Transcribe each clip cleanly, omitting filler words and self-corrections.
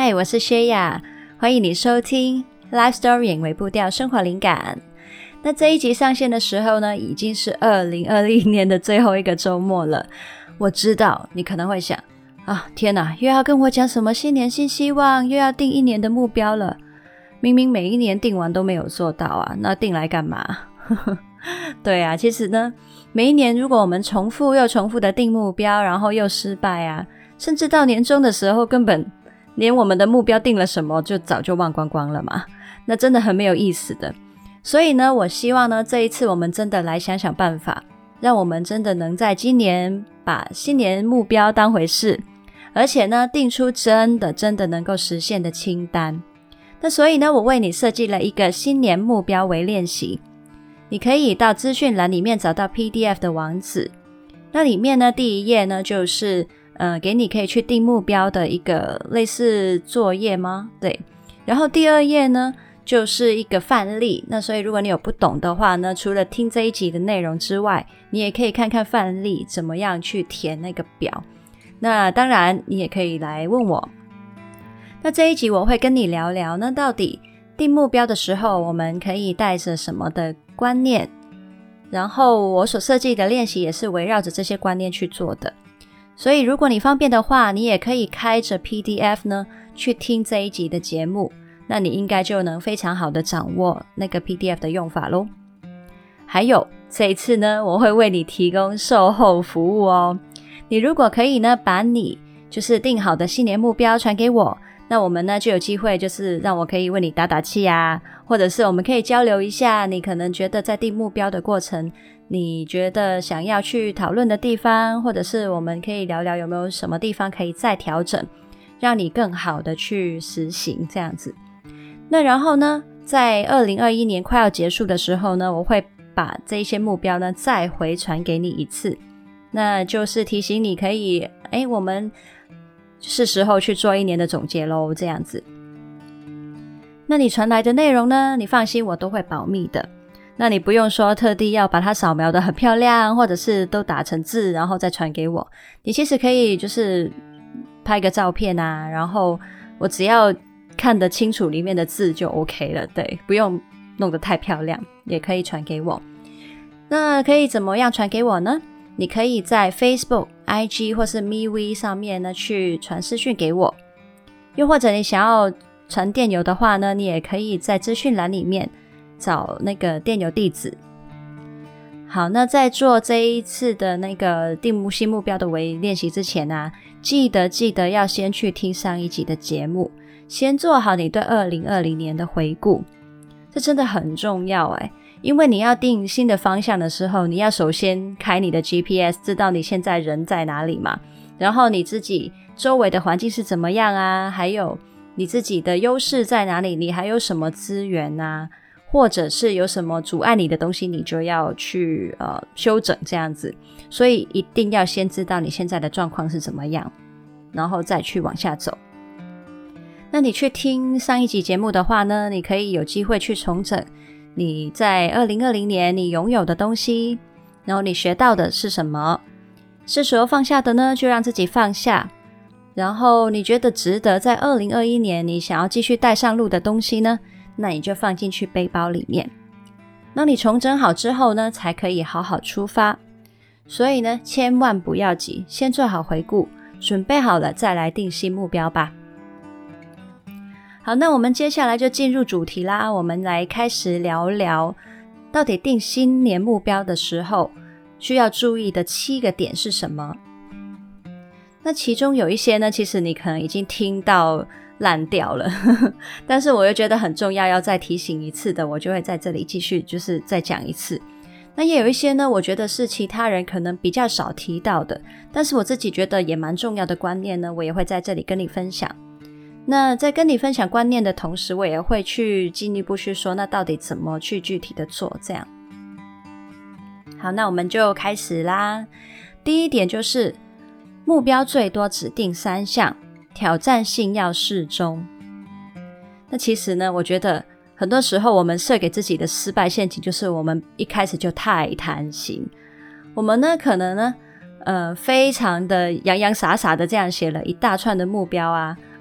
嗨，我是薛雅，欢迎你收听 Life Story 为步调生活灵感。那这一集上线的时候呢，已经是2020年的最后一个周末了。我知道你可能会想天哪，又要跟我讲什么新年新希望，又要定一年的目标了。明明每一年定完都没有做到啊，那定来干嘛？对啊，其实呢，每一年如果我们重复又重复的定目标，然后又失败啊，甚至到年终的时候根本连我们的目标定了什么就早就忘光光了嘛，那真的很没有意思的。所以呢，我希望呢，这一次我们真的来想想办法，让我们真的能在今年把新年目标当回事，而且呢，定出真的能够实现的清单。那所以呢，我为你设计了一个新年目标微练习，你可以到资讯栏里面找到 PDF 的网址。那里面呢，第一页呢就是给你可以去定目标的一个类似作业吗？对。然后第二页呢就是一个范例，那所以如果你有不懂的话呢，除了听这一集的内容之外，你也可以看看范例怎么样去填那个表。那当然你也可以来问我。那这一集我会跟你聊聊，那到底定目标的时候我们可以带着什么的观念，然后我所设计的练习也是围绕着这些观念去做的。所以如果你方便的话，你也可以开着 PDF 呢去听这一集的节目，那你应该就能非常好的掌握那个 PDF 的用法咯。还有这一次呢，我会为你提供售后服务哦。你如果可以呢，把你就是定好的新年目标传给我，那我们呢就有机会就是让我可以为你打打气啊，或者是我们可以交流一下你可能觉得在定目标的过程你觉得想要去讨论的地方，或者是我们可以聊聊有没有什么地方可以再调整，让你更好的去实行这样子。那然后呢，在2021年快要结束的时候呢，我会把这一些目标呢再回传给你一次，那就是提醒你可以我们是时候去做一年的总结咯，这样子。那你传来的内容呢，你放心，我都会保密的。那你不用说特地要把它扫描得很漂亮，或者是都打成字然后再传给我，你其实可以就是拍个照片啊，然后我只要看得清楚里面的字就 OK 了，对，不用弄得太漂亮，也可以传给我。那可以怎么样传给我呢？你可以在 Facebook、IG 或是 MeWe 上面呢去传私讯给我，又或者你想要传电邮的话呢，你也可以在资讯栏里面找那个电邮地址。好，那在做这一次的那个定新目标的微练习之前啊，记得要先去听上一集的节目，先做好你对2020年的回顾，这真的很重要因为你要定新的方向的时候，你要首先开你的 GPS， 知道你现在人在哪里嘛，然后你自己周围的环境是怎么样啊，还有你自己的优势在哪里，你还有什么资源啊，或者是有什么阻碍你的东西，你就要去修整这样子。所以一定要先知道你现在的状况是怎么样，然后再去往下走。那你去听上一集节目的话呢，你可以有机会去重整你在2020年你拥有的东西，然后你学到的是什么，是时候放下的呢，就让自己放下。然后你觉得值得在2021年你想要继续带上路的东西呢，那你就放进去背包里面。那你重整好之后呢，才可以好好出发。所以呢，千万不要急，先做好回顾，准备好了再来定新目标吧。好，那我们接下来就进入主题啦，我们来开始聊聊到底定新年目标的时候需要注意的7个点是什么。那其中有一些呢，其实你可能已经听到烂掉了但是我又觉得很重要要再提醒一次的，我就会在这里继续就是再讲一次。那也有一些呢，我觉得是其他人可能比较少提到的，但是我自己觉得也蛮重要的观念呢，我也会在这里跟你分享。那在跟你分享观念的同时，我也会去进一步去说那到底怎么去具体的做这样。好，那我们就开始啦。第一点就是目标最多只定3项，挑战性要适中。那其实呢，我觉得很多时候我们设给自己的失败陷阱就是我们一开始就太贪心。我们呢可能呢非常的洋洋洒洒的这样写了一大串的目标啊，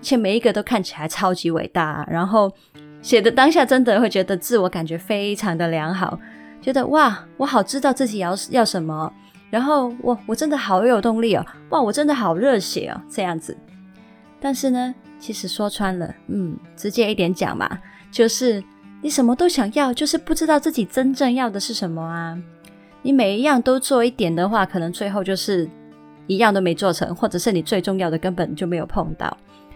且每一个都看起来超级伟大然后写的当下真的会觉得自我感觉非常的良好，觉得哇，我好知道自己要什么，然后我真的好有动力哇，我真的好热血这样子。但是呢，其实说穿了，直接一点讲嘛，就是你什么都想要，就是不知道自己真正要的是什么啊。你每一样都做一点的话，可能最后就是一样都没做成，或者是你最重要的根本就没有碰到。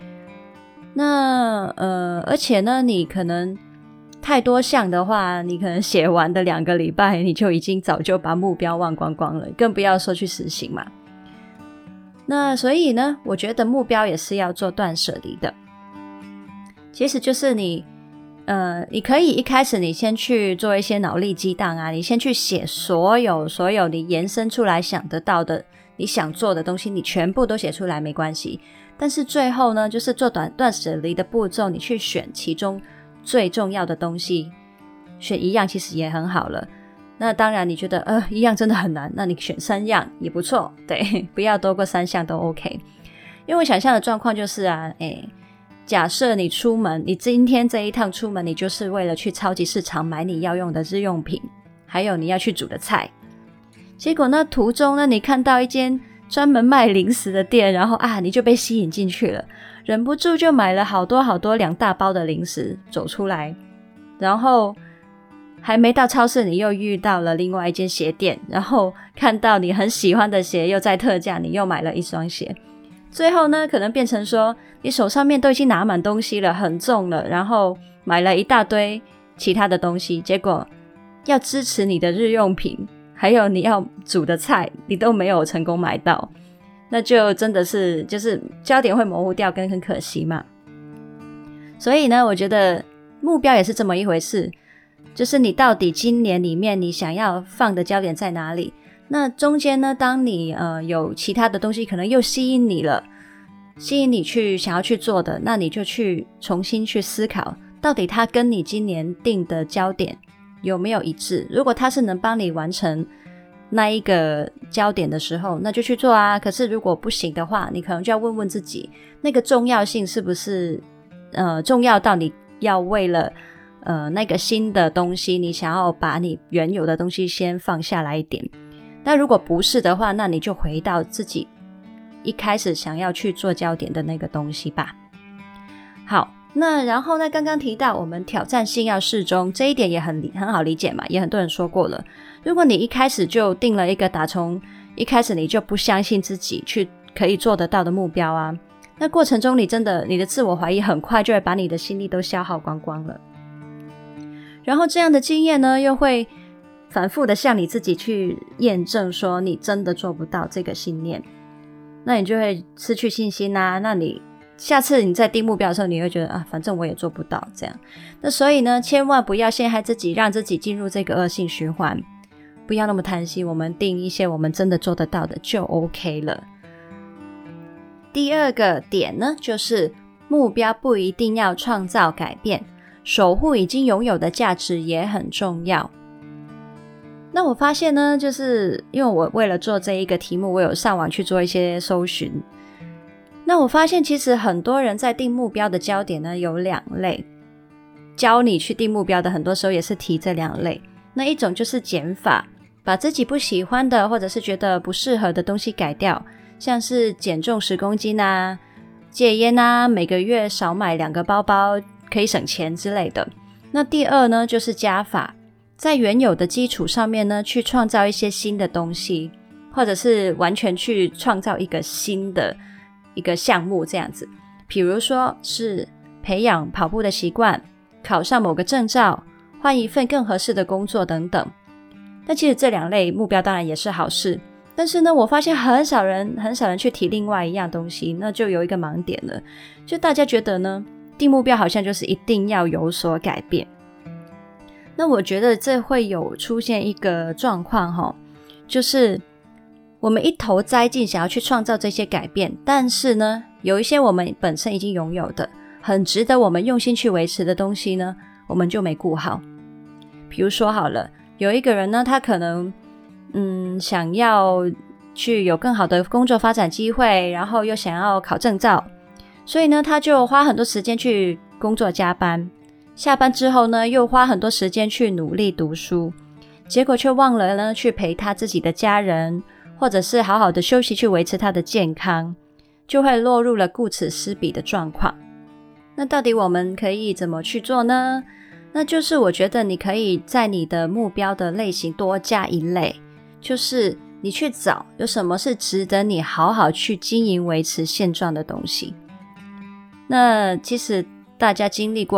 那而且呢，你可能太多项的话，你可能写完的2个礼拜，你就已经早就把目标忘光光了，更不要说去实行嘛。那所以呢，我觉得目标也是要做断舍离的。其实就是你可以一开始你先去做一些脑力激荡啊，你先去写所有你延伸出来想得到的你想做的东西，你全部都写出来没关系。但是最后呢，就是做断舍离的步骤，你去选其中最重要的东西，选1样其实也很好了。那当然你觉得1样真的很难，那你选3样也不错，对，不要多过3项都 OK。 因为我想象的状况就是假设你出门，你今天这一趟出门，你就是为了去超级市场买你要用的日用品，还有你要去煮的菜。结果呢，途中呢，你看到一间专门卖零食的店，然后你就被吸引进去了，忍不住就买了好多2大包的零食走出来，然后还没到超市，你又遇到了另外一间鞋店，然后看到你很喜欢的鞋又在特价，你又买了1双鞋。最后呢，可能变成说你手上面都已经拿满东西了，很重了，然后买了一大堆其他的东西，结果要支持你的日用品还有你要煮的菜，你都没有成功买到，那就真的是就是焦点会模糊掉，跟很可惜嘛。所以呢，我觉得目标也是这么一回事，就是你到底今年里面你想要放的焦点在哪里。那中间呢，当你有其他的东西可能又吸引你了，吸引你去想要去做的，那你就去重新去思考，到底它跟你今年定的焦点有没有一致。如果它是能帮你完成那一个焦点的时候，那就去做啊。可是如果不行的话，你可能就要问问自己，那个重要性是不是重要到你要为了那个新的东西，你想要把你原有的东西先放下来一点。那如果不是的话，那你就回到自己一开始想要去做焦点的那个东西吧。好，那然后呢，刚刚提到我们挑战性要适中，这一点也很好理解嘛，也很多人说过了。如果你一开始就定了一个打从一开始你就不相信自己去可以做得到的目标啊，那过程中你的自我怀疑很快就会把你的心力都消耗光光了。然后这样的经验呢，又会反复的向你自己去验证说你真的做不到这个信念，那你就会失去信心啊。那你下次你在定目标的时候，你会觉得反正我也做不到这样。那所以呢，千万不要陷害自己，让自己进入这个恶性循环，不要那么贪心，我们定一些我们真的做得到的就 OK 了。第二个点呢，就是目标不一定要创造改变，守护已经拥有的价值也很重要。那我发现呢，就是因为我为了做这一个题目，我有上网去做一些搜寻。那我发现其实很多人在定目标的焦点呢有2类，教你去定目标的很多时候也是提这2类。那一种就是减法，把自己不喜欢的或者是觉得不适合的东西改掉，像是减重10公斤啊，戒烟啊，每个月少买2个包包可以省钱之类的。那第2呢，就是加法，在原有的基础上面呢，去创造一些新的东西，或者是完全去创造一个新的一个项目这样子。比如说是培养跑步的习惯，考上某个证照，换一份更合适的工作等等。那其实这2类目标当然也是好事，但是呢，我发现很少人去提另外一样东西，那就有一个盲点了。就大家觉得呢，定目标好像就是一定要有所改变。那我觉得这会有出现一个状况就是我们一头栽进想要去创造这些改变，但是呢，有一些我们本身已经拥有的很值得我们用心去维持的东西呢，我们就没顾好。比如说好了，有一个人呢，他可能想要去有更好的工作发展机会，然后又想要考证照， 所以呢，他就花很多时间去工作加班，下班之后呢，又花很多时间去努力读书，结果却忘了呢去陪他自己的家人，或者是好好的休息去维持他的健康，就会落入了顾此失彼的状况。那到底我们可以怎么去做呢？那就是我觉得你可以在你的目标的类型多加一类，就是你去找有什么是值得你好好去经营维持现状的东西。那其实大家经历过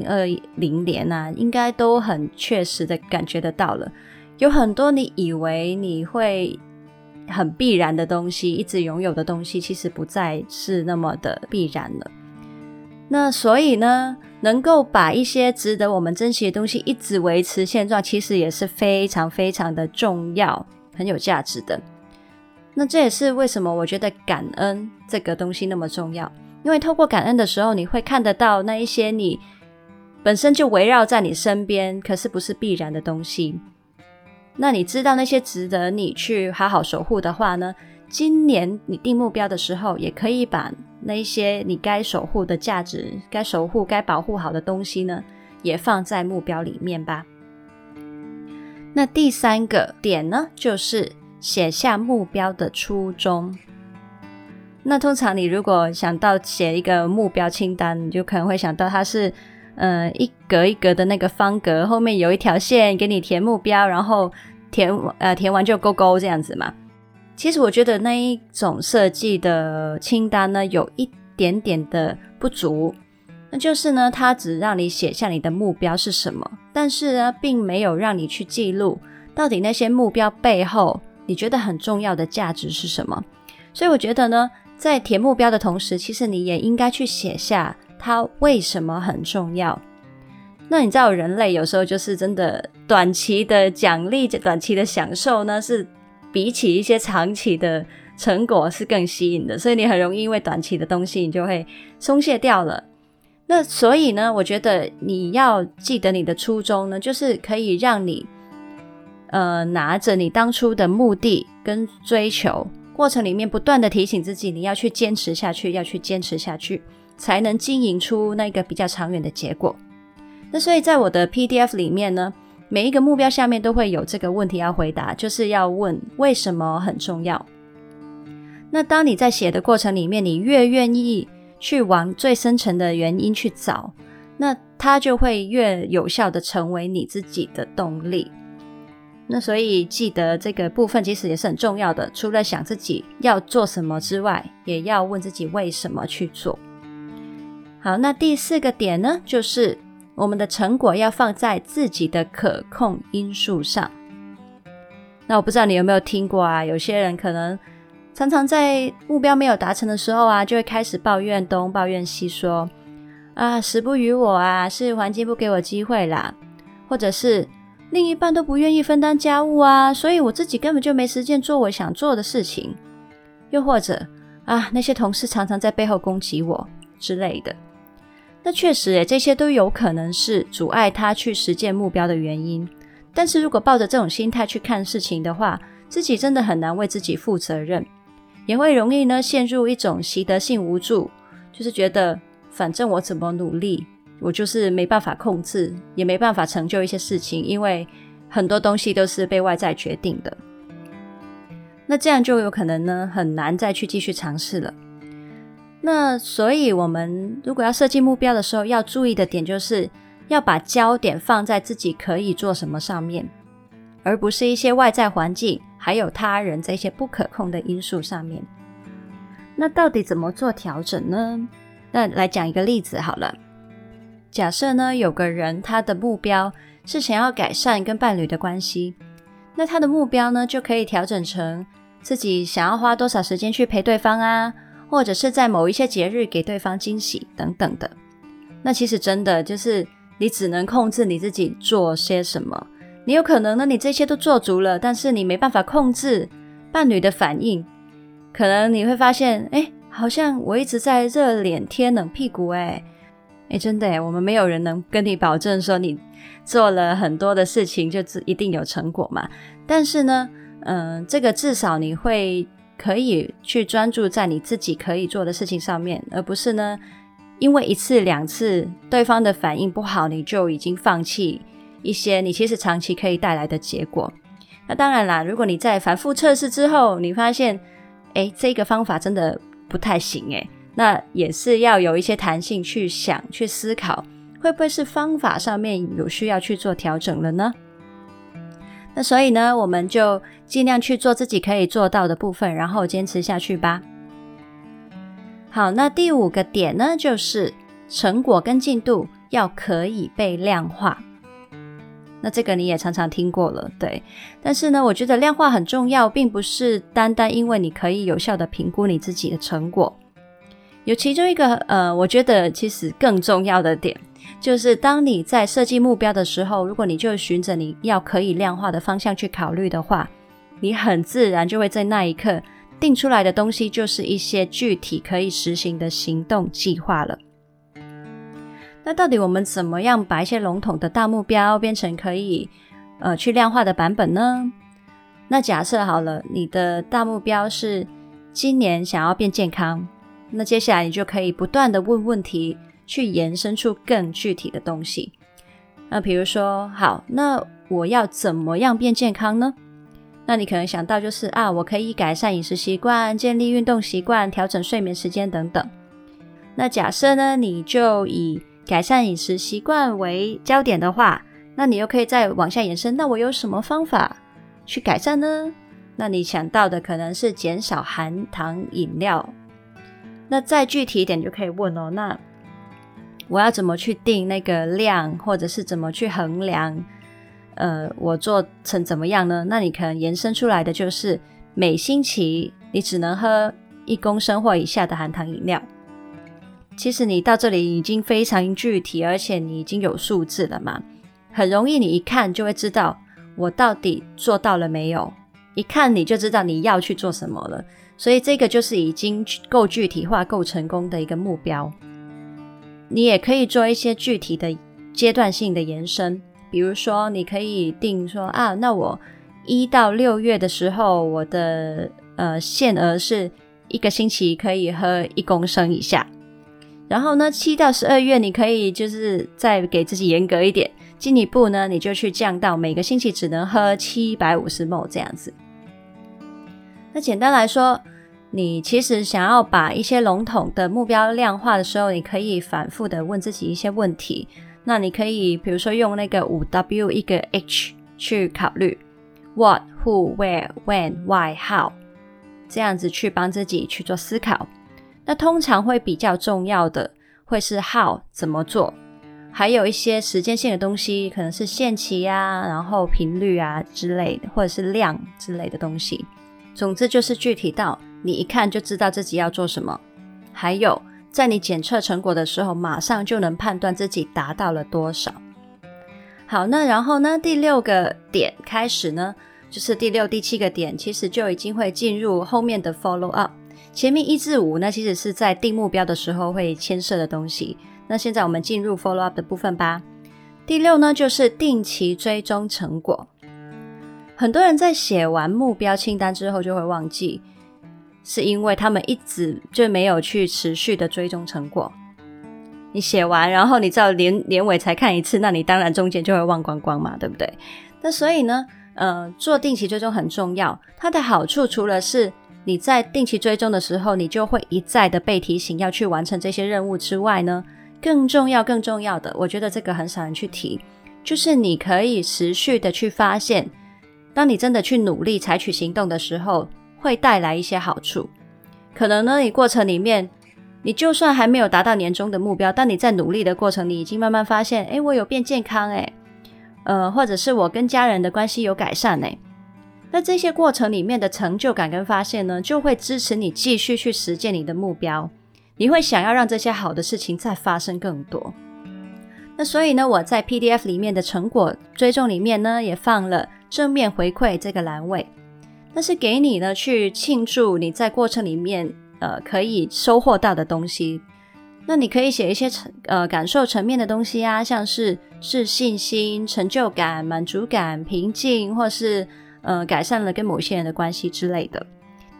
2020年啊，应该都很确实的感觉得到了，有很多你以为你会很必然的东西，一直拥有的东西，其实不再是那么的必然了。那所以呢，能够把一些值得我们珍惜的东西一直维持现状，其实也是非常非常的重要，很有价值的。那这也是为什么我觉得感恩这个东西那么重要，因为透过感恩的时候，你会看得到那一些你本身就围绕在你身边，可是不是必然的东西。那你知道那些值得你去好好守护的话呢，今年你定目标的时候，也可以把那一些你该守护的价值，该守护该保护好的东西呢，也放在目标里面吧。那第3个点呢，就是写下目标的初衷。那通常你如果想到写一个目标清单，你就可能会想到它是一格一格的那个方格，后面有一条线给你填目标，然后填完就勾勾这样子嘛。其实我觉得那一种设计的清单呢，有一点点的不足，那就是呢，它只让你写下你的目标是什么，但是呢，并没有让你去记录到底那些目标背后你觉得很重要的价值是什么。所以我觉得呢，在填目标的同时，其实你也应该去写下它为什么很重要。那你知道人类有时候就是真的短期的奖励，短期的享受呢，是比起一些长期的成果是更吸引的，所以你很容易因为短期的东西你就会松懈掉了。那所以呢，我觉得你要记得你的初衷呢，就是可以让你拿着你当初的目的跟追求过程里面不断的提醒自己，你要去坚持下去，要去坚持下去，才能经营出那个比较长远的结果。那所以在我的 PDF 里面呢，每一个目标下面都会有这个问题要回答，就是要问为什么很重要。那当你在写的过程里面，你越愿意去往最深层的原因去找，那它就会越有效的成为你自己的动力。那所以记得这个部分其实也是很重要的，除了想自己要做什么之外，也要问自己为什么去做。好，那第4个点呢，就是我们的成果要放在自己的可控因素上。那我不知道你有没有听过啊，有些人可能常常在目标没有达成的时候啊，就会开始抱怨东抱怨西，说啊，时不与我啊，是环境不给我机会啦，或者是另一半都不愿意分担家务啊，所以我自己根本就没时间做我想做的事情，又或者啊，那些同事常常在背后攻击我之类的。那确实这些都有可能是阻碍他去实践目标的原因，但是如果抱着这种心态去看事情的话，自己真的很难为自己负责任，也会容易呢陷入一种习得性无助，就是觉得反正我怎么努力，我就是没办法控制，也没办法成就一些事情，因为很多东西都是被外在决定的。那这样就有可能呢很难再去继续尝试了。那所以我们如果要设计目标的时候，要注意的点就是要把焦点放在自己可以做什么上面，而不是一些外在环境还有他人这些不可控的因素上面。那到底怎么做调整呢？那来讲一个例子好了。假设呢有个人他的目标是想要改善跟伴侣的关系，那他的目标呢就可以调整成自己想要花多少时间去陪对方啊，或者是在某一些节日给对方惊喜等等的。那其实真的就是你只能控制你自己做些什么，你有可能呢你这些都做足了，但是你没办法控制伴侣的反应，可能你会发现好像我一直在热脸贴冷屁股真的我们没有人能跟你保证说你做了很多的事情就一定有成果嘛。但是呢这个至少你会可以去专注在你自己可以做的事情上面，而不是呢因为1次2次对方的反应不好，你就已经放弃一些你其实长期可以带来的结果。那当然啦，如果你在反复测试之后，你发现这个方法真的不太行那也是要有一些弹性去想去思考，会不会是方法上面有需要去做调整了呢？那所以呢，我们就尽量去做自己可以做到的部分，然后坚持下去吧。好，那第5个点呢，就是成果跟进度要可以被量化。那这个你也常常听过了，对。但是呢，我觉得量化很重要，并不是单单因为你可以有效的评估你自己的成果。有其中一个我觉得其实更重要的点，就是当你在设计目标的时候，如果你就循着你要可以量化的方向去考虑的话，你很自然就会在那一刻定出来的东西就是一些具体可以实行的行动计划了。那到底我们怎么样把一些笼统的大目标变成可以去量化的版本呢？那假设好了，你的大目标是今年想要变健康，那接下来你就可以不断的问问题，去延伸出更具体的东西。那比如说，好，那我要怎么样变健康呢？那你可能想到就是我可以改善饮食习惯，建立运动习惯，调整睡眠时间等等。那假设呢，你就以改善饮食习惯为焦点的话，那你又可以再往下延伸，那我有什么方法去改善呢？那你想到的可能是减少含糖饮料。那再具体一点就可以问那我要怎么去定那个量，或者是怎么去衡量我做成怎么样呢？那你可能延伸出来的就是每星期你只能喝1公升或以下的含糖饮料。其实你到这里已经非常具体，而且你已经有数字了嘛，很容易你一看就会知道我到底做到了没有，一看你就知道你要去做什么了。所以这个就是已经够具体化够成功的一个目标。你也可以做一些具体的阶段性的延伸，比如说你可以定说那我1到6月的时候，我的限额是1个星期可以喝1公升以下，然后呢7到12月你可以就是再给自己严格一点，进一步呢你就去降到每个星期只能喝750ml 这样子。那简单来说，你其实想要把一些笼统的目标量化的时候，你可以反复的问自己一些问题。那你可以比如说用那个5W 1个 H 去考虑 What, Who, Where, When, Why, How 这样子去帮自己去做思考。那通常会比较重要的会是 How 怎么做，还有一些时间性的东西，可能是限期然后频率之类的，或者是量之类的东西。总之就是具体到你一看就知道自己要做什么，还有在你检测成果的时候马上就能判断自己达到了多少。好，那然后呢第6个点开始呢，就是第6、第7个点其实就已经会进入后面的 follow up。 前面1至5呢其实是在定目标的时候会牵涉的东西，那现在我们进入 follow up 的部分吧。第6呢就是定期追踪成果。很多人在写完目标清单之后就会忘记，是因为他们一直就没有去持续的追踪成果。你写完然后你知道连尾才看一次，那你当然中间就会忘光光嘛，对不对？那所以呢做定期追踪很重要。它的好处除了是你在定期追踪的时候你就会一再的被提醒要去完成这些任务之外呢，更重要的，我觉得这个很少人去提，就是你可以持续的去发现，当你真的去努力采取行动的时候会带来一些好处。可能呢你过程里面你就算还没有达到年终的目标，但你在努力的过程你已经慢慢发现我有变健康或者是我跟家人的关系有改善那这些过程里面的成就感跟发现呢，就会支持你继续去实践你的目标，你会想要让这些好的事情再发生更多。那所以呢我在 PDF 里面的成果追踪里面呢也放了正面回馈这个栏位，那是给你呢去庆祝你在过程里面可以收获到的东西。那你可以写一些感受层面的东西像是自信心、成就感、满足感、平静，或是改善了跟某些人的关系之类的。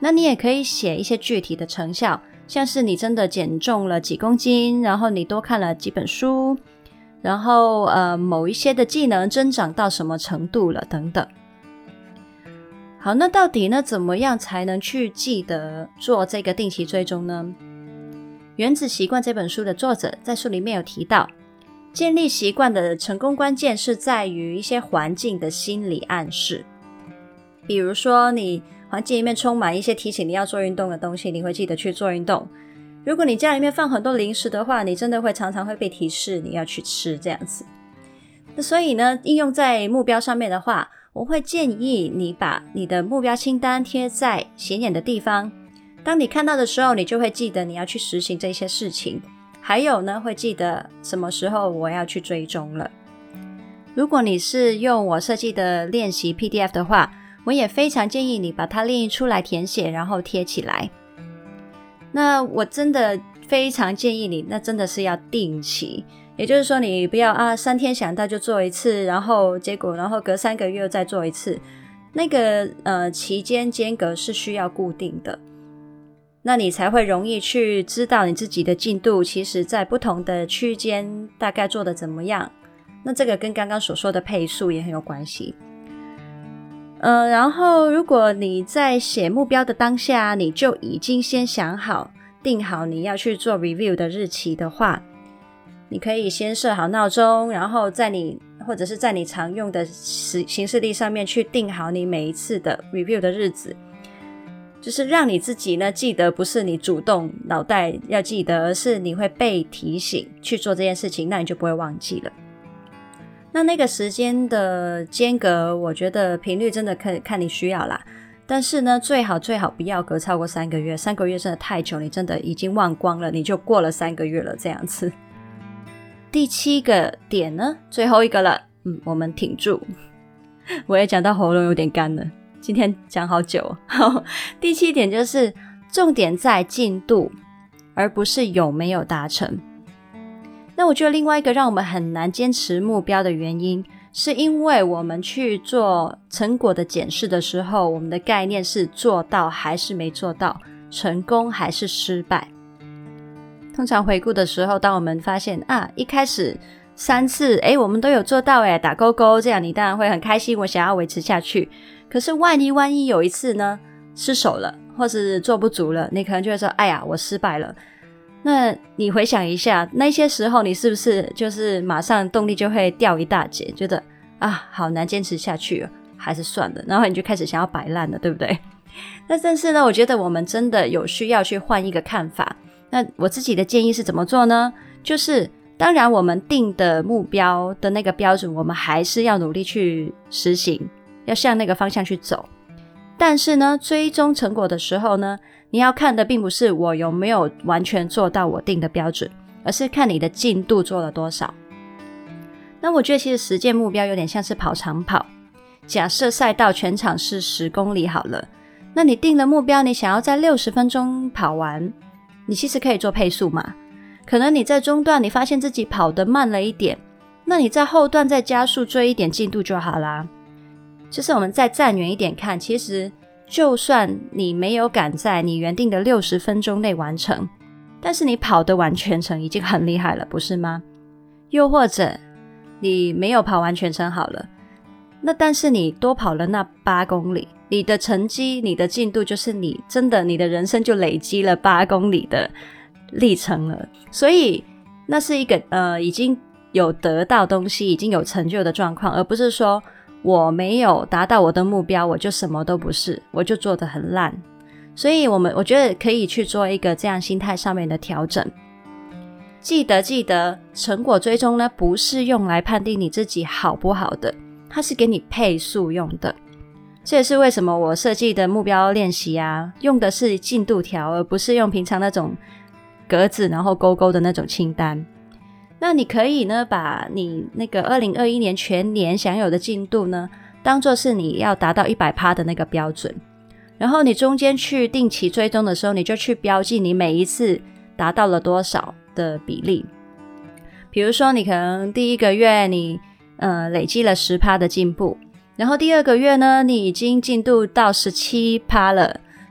那你也可以写一些具体的成效，像是你真的减重了几公斤，然后你多看了几本书，然后某一些的技能增长到什么程度了等等。好，那到底呢怎么样才能去记得做这个定期追踪呢？原子习惯这本书的作者在书里面有提到，建立习惯的成功关键是在于一些环境的心理暗示。比如说你环境里面充满一些提醒你要做运动的东西，你会记得去做运动。如果你家里面放很多零食的话，你真的会常常会被提示你要去吃这样子。那所以呢，应用在目标上面的话，我会建议你把你的目标清单贴在显眼的地方，当你看到的时候，你就会记得你要去实行这些事情，还有呢，会记得什么时候我要去追踪了。如果你是用我设计的练习 PDF 的话，我也非常建议你把它列印出来填写，然后贴起来。那我真的非常建议你，那真的是要定期，也就是说你不要3天想到就做一次，然后结果隔3个月又再做一次，那个期间间隔是需要固定的，那你才会容易去知道你自己的进度其实在不同的区间大概做得怎么样。那这个跟刚刚所说的配速也很有关系。然后如果你在写目标的当下，你就已经先想好定好你要去做 review 的日期的话，你可以先设好闹钟，然后或者是在你常用的行事历上面去定好你每一次的 review 的日子，就是让你自己呢记得，不是你主动脑袋要记得，而是你会被提醒去做这件事情，那你就不会忘记了。那个时间的间隔，我觉得频率真的可以看你需要啦，但是呢最好不要隔超过3个月，3个月真的太久，你真的已经忘光了，你就过了3个月了这样子。第7个点呢，最后一个了，我们挺住。我也讲到喉咙有点干了，今天讲好久。第7点就是重点在进度，而不是有没有达成。那我觉得另外一个让我们很难坚持目标的原因，是因为我们去做成果的检视的时候，我们的概念是做到还是没做到，成功还是失败。通常回顾的时候，当我们发现一开始3次我们都有做到打勾勾，这样你当然会很开心，我想要维持下去。可是万一有一次呢失手了，或是做不足了，你可能就会说哎呀我失败了。那你回想一下，那些时候你是不是就是马上动力就会掉一大截，觉得好难坚持下去了，还是算了，然后你就开始想要摆烂了，对不对？那但是呢，我觉得我们真的有需要去换一个看法。那我自己的建议是怎么做呢？就是当然我们定的目标的那个标准，我们还是要努力去实行，要向那个方向去走。但是呢，追踪成果的时候呢，你要看的并不是我有没有完全做到我定的标准，而是看你的进度做了多少。那我觉得其实实践目标有点像是跑长跑，假设赛道全场是10公里好了，那你定的目标你想要在60分钟跑完，你其实可以做配速嘛。可能你在中段你发现自己跑得慢了一点，那你在后段再加速追一点进度就好啦。就是我们再站远一点看，其实就算你没有赶在你原定的60分钟内完成，但是你跑得完全程已经很厉害了，不是吗？又或者你没有跑完全程好了，那但是你多跑了那8公里，你的成绩你的进度就是你的人生就累积了8公里的历程了。所以那是一个已经有得到东西，已经有成就的状况，而不是说我没有达到我的目标我就什么都不是，我就做得很烂。所以我觉得可以去做一个这样心态上面的调整。记得成果追踪呢不是用来判定你自己好不好的，它是给你配速用的。这也是为什么我设计的目标练习用的是进度条，而不是用平常那种格子然后勾勾的那种清单。那你可以呢把你那个2021年全年享有的进度呢当作是你要达到 100% 的那个标准，然后你中间去定期追踪的时候，你就去标记你每一次达到了多少的比例。比如说你可能第1个月你累积了 10% 的进步，然后第2个月呢你已经进度到 17% 了，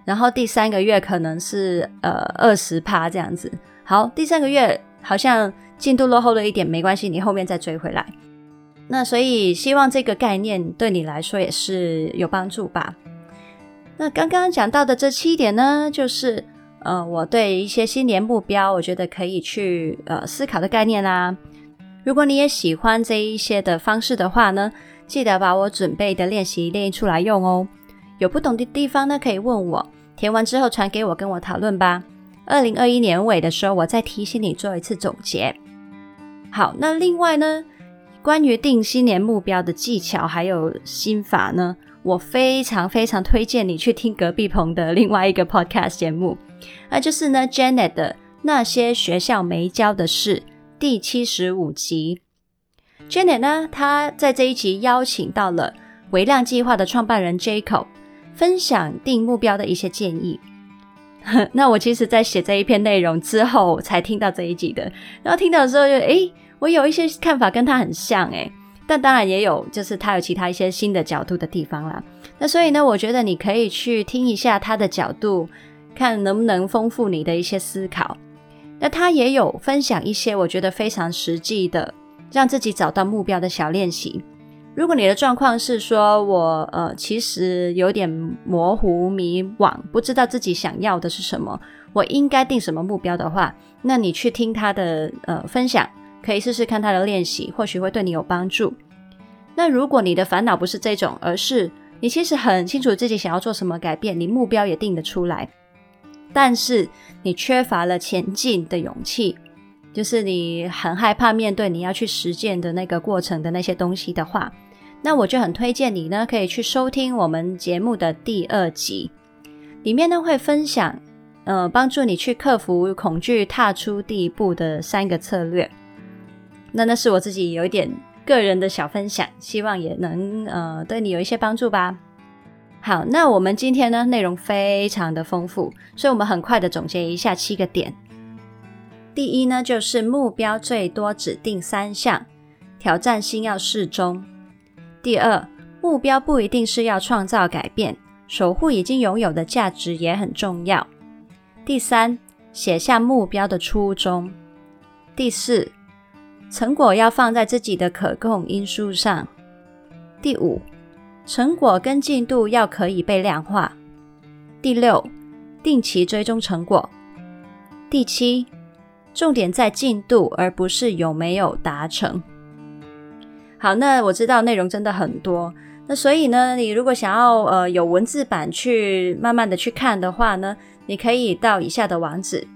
然后第3个月可能是20% 这样子。好，第3个月好像进度落后了一点，没关系，你后面再追回来。那所以希望这个概念对你来说也是有帮助吧。那刚刚讲到的这7点呢，就是我对一些新年目标我觉得可以去思考的概念啦。如果你也喜欢这一些的方式的话呢，记得把我准备的练习练出来用哦。有不懂的地方呢，可以问我，填完之后传给我跟我讨论吧。2021年尾的时候我再提醒你做一次总结。好，那另外呢，关于定新年目标的技巧还有心法呢，我非常非常推荐你去听隔壁棚的另外一个 podcast 节目，那就是呢 Janet 的那些学校没教的事第75集。 Janet 呢，她在这一集邀请到了微量计划的创办人 Jacob 分享定目标的一些建议。那我其实在写这一篇内容之后才听到这一集的，然后听到的时候就我有一些看法跟他很像但当然也有就是他有其他一些新的角度的地方啦。那所以呢，我觉得你可以去听一下他的角度，看能不能丰富你的一些思考。那他也有分享一些我觉得非常实际的让自己找到目标的小练习。如果你的状况是说我其实有点模糊迷惘，不知道自己想要的是什么，我应该定什么目标的话，那你去听他的分享，可以试试看他的练习，或许会对你有帮助。那如果你的烦恼不是这种，而是你其实很清楚自己想要做什么改变，你目标也定得出来，但是你缺乏了前进的勇气，就是你很害怕面对你要去实践的那个过程的那些东西的话，那我就很推荐你呢，可以去收听我们节目的第2集，里面呢会分享帮助你去克服恐惧踏出第一步的3个策略。那是我自己有一点个人的小分享，希望也能对你有一些帮助吧。好，那我们今天呢内容非常的丰富，所以我们很快的总结一下7个点。第一呢，就是目标最多只定3项，挑战性要适中。第2，目标不一定是要创造改变，守护已经拥有的价值也很重要。第3，写下目标的初衷。第4，成果要放在自己的可控因素上。第5，成果跟进度要可以被量化。第6，定期追踪成果。第7，重点在进度而不是有没有达成。好，那我知道内容真的很多，那所以呢，你如果想要有文字版去慢慢的去看的话呢，你可以到以下的网址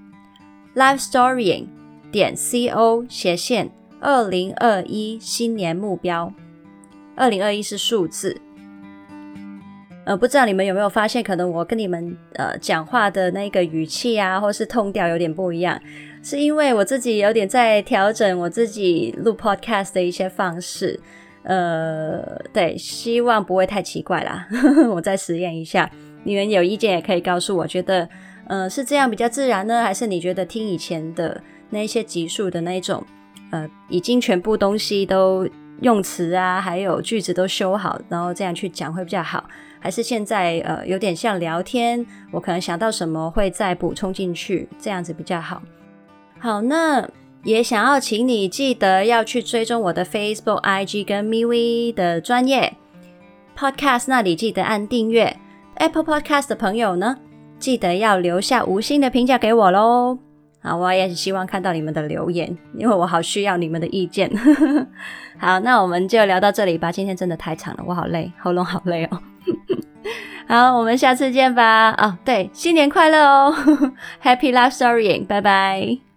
livestorying.co/2021新年目标。2021是数字。不知道你们有没有发现，可能我跟你们讲话的那个语气啊，或是痛调有点不一样，是因为我自己有点在调整我自己录 podcast 的一些方式。对，希望不会太奇怪啦我再实验一下，你们有意见也可以告诉我，觉得是这样比较自然呢，还是你觉得听以前的那一些集数的那一种已经全部东西都用词啊还有句子都修好，然后这样去讲会比较好，还是现在有点像聊天，我可能想到什么会再补充进去，这样子比较好。好，那也想要请你记得要去追踪我的 Facebook、IG 跟 MeWe 的专页 Podcast， 那里记得按订阅。 Apple Podcast 的朋友呢，记得要留下5星的评价给我咯。好，我也希望看到你们的留言，因为我好需要你们的意见好，那我们就聊到这里吧，今天真的太长了，我好累，喉咙好累哦好，我们下次见吧。对，新年快乐哦Happy Life Storying， 拜拜。